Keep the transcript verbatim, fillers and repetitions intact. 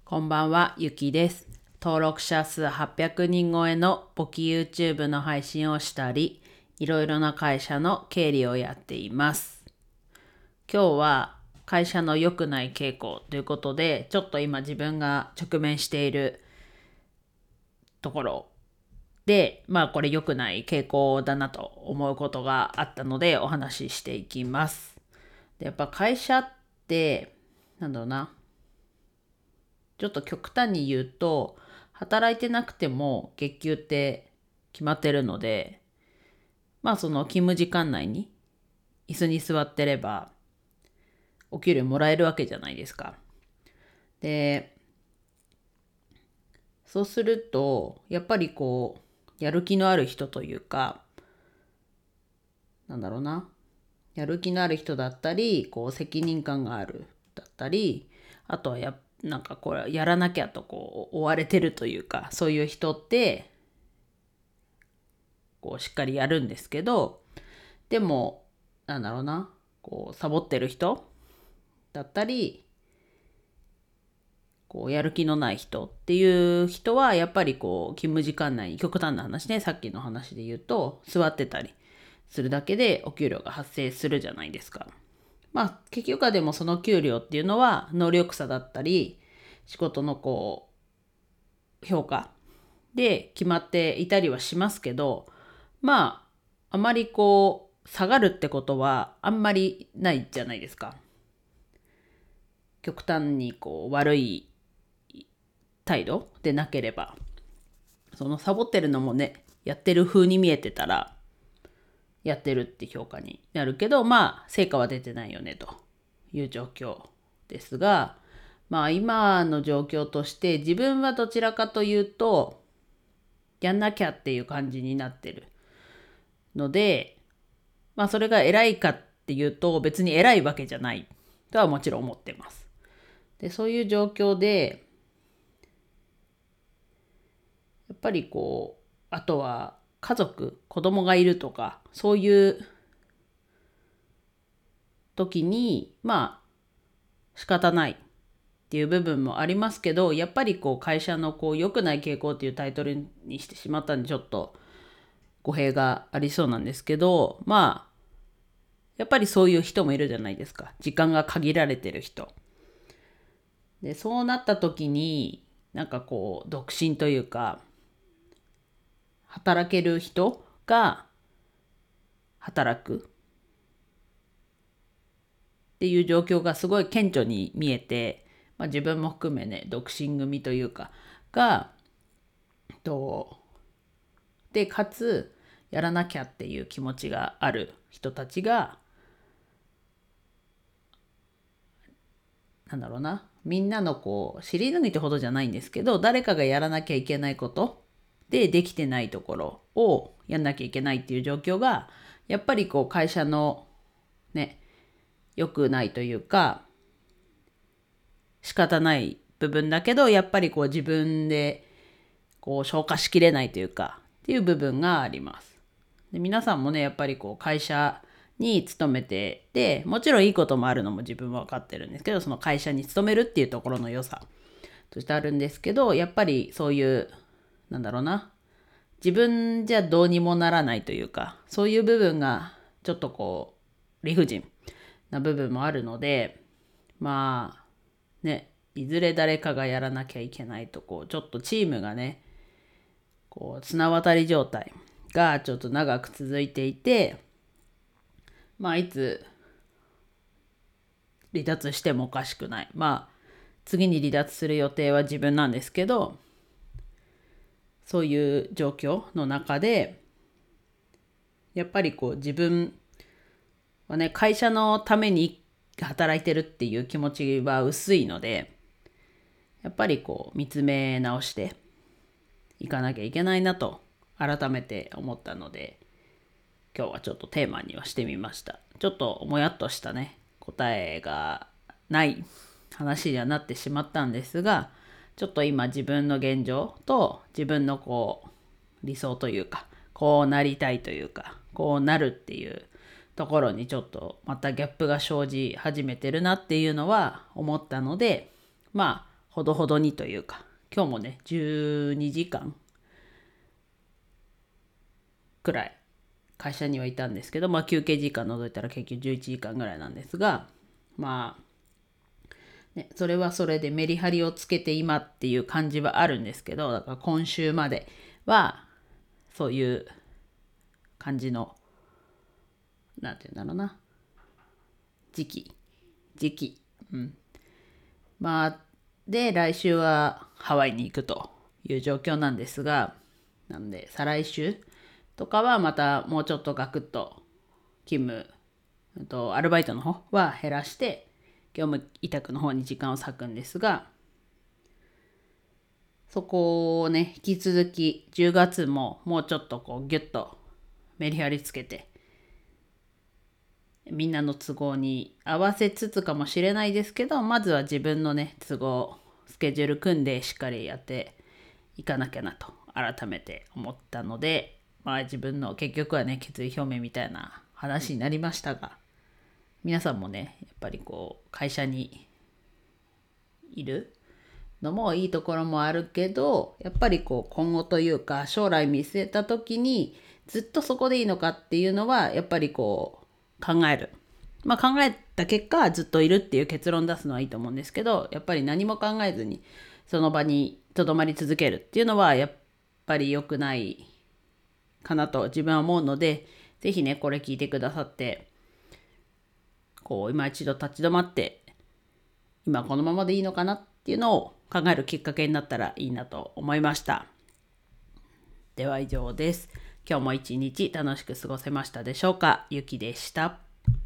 こんばんは、ゆきです。登録者数はっぴゃくにん超えの簿記 YouTube の配信をしたり、いろいろな会社の経理をやっています。今日は会社の良くない傾向ということで、ちょっと今自分が直面しているところで、まあこれ良くない傾向だなと思うことがあったのでお話ししていきます。でやっぱ会社って、なんだろうな、ちょっと極端に言うと、働いてなくても月給って決まってるので、まあその勤務時間内に椅子に座ってればお給料もらえるわけじゃないですか。で、そうすると、やっぱりこう、やる気のある人というか、なんだろうな、やる気のある人だったり、こう責任感があるだったり、あとはやなんかこれやらなきゃとこう追われてるというか、そういう人ってこうしっかりやるんですけど、でもなんだろうな、こうサボってる人だったり、こうやる気のない人っていう人はやっぱりこう勤務時間内に、極端な話ね、さっきの話で言うと座ってたりするだけでお給料が発生するじゃないですか。まあ結局はでもその給料っていうのは能力差だったり仕事のこう評価で決まっていたりはしますけど、まああまりこう下がるってことはあんまりないじゃないですか。極端にこう悪い態度でなければ、そのサボってるのもね、やってる風に見えてたらやってるって評価になるけど、まあ成果は出てないよねという状況ですが、まあ今の状況として自分はどちらかというとやんなきゃっていう感じになってるので、まあそれが偉いかっていうと別に偉いわけじゃないとはもちろん思ってます。でそういう状況でやっぱりこう、あとは家族、子供がいるとか、そういう時に、まあ仕方ないっていう部分もありますけど、やっぱりこう会社のこう良くない傾向っていうタイトルにしてしまったんで、ちょっと語弊がありそうなんですけど、まあ、やっぱりそういう人もいるじゃないですか。時間が限られてる人。で、そうなった時に、なんかこう、独身というか、働ける人が働くっていう状況がすごい顕著に見えて、まあ、自分も含めね、独身組というかがとでかつやらなきゃっていう気持ちがある人たちが、なんだろうな、みんなのこう尻拭いってほどじゃないんですけど、誰かがやらなきゃいけないことでできてないところをやんなきゃいけないっていう状況がやっぱりこう会社のね、良くないというか、仕方ない部分だけど、やっぱりこう自分でこう消化しきれないというかっていう部分があります。で皆さんもね、やっぱりこう会社に勤めてで、もちろんいいこともあるのも自分は分かってるんですけど、その会社に勤めるっていうところの良さとしてあるんですけど、やっぱりそういうなんだろうな、自分じゃどうにもならないというか、そういう部分がちょっとこう理不尽な部分もあるので、まあね、いずれ誰かがやらなきゃいけないと、こうちょっとチームがね、こう綱渡り状態がちょっと長く続いていて、まあいつ離脱してもおかしくない。まあ次に離脱する予定は自分なんですけど、そういう状況の中でやっぱりこう自分はね、会社のために働いてるっていう気持ちは薄いので、やっぱりこう見つめ直していかなきゃいけないなと改めて思ったので、今日はちょっとテーマにはしてみました。ちょっともやっとしたね、答えがない話にはなってしまったんですが、ちょっと今自分の現状と自分のこう理想というか、こうなりたいというか、こうなるっていうところにちょっとまたギャップが生じ始めてるなっていうのは思ったので、まあほどほどにというか、今日もねじゅうにじかんくらい会社にはいたんですけど、まあ休憩時間除いたら結局じゅういちじかんぐらいなんですが、まあね、それはそれでメリハリをつけて今っていう感じはあるんですけど、だから今週まではそういう感じの、なんていうんだろうな、時期時期うんまあで来週はハワイに行くという状況なんですが、なんで再来週とかはまたもうちょっとガクッと勤務とアルバイトの方は減らして業務委託の方に時間を割くんですが、そこをね引き続きじゅうがつももうちょっとこうギュッとメリハリつけて、みんなの都合に合わせつつかもしれないですけど、まずは自分のね都合スケジュール組んでしっかりやっていかなきゃなと改めて思ったので、まあ自分の結局はね決意表明みたいな話になりましたが、皆さんもねやっぱりこう会社にいるのもいいところもあるけど、やっぱりこう今後というか将来見据えた時にずっとそこでいいのかっていうのはやっぱりこう考える。まあ考えた結果ずっといるっていう結論出すのはいいと思うんですけど、やっぱり何も考えずにその場にとどまり続けるっていうのはやっぱり良くないかなと自分は思うので、ぜひねこれ聞いてくださってこう今一度立ち止まって今このままでいいのかなっていうのを考えるきっかけになったらいいなと思いました。では以上です。今日も一日楽しく過ごせましたでしょうか。ゆきでした。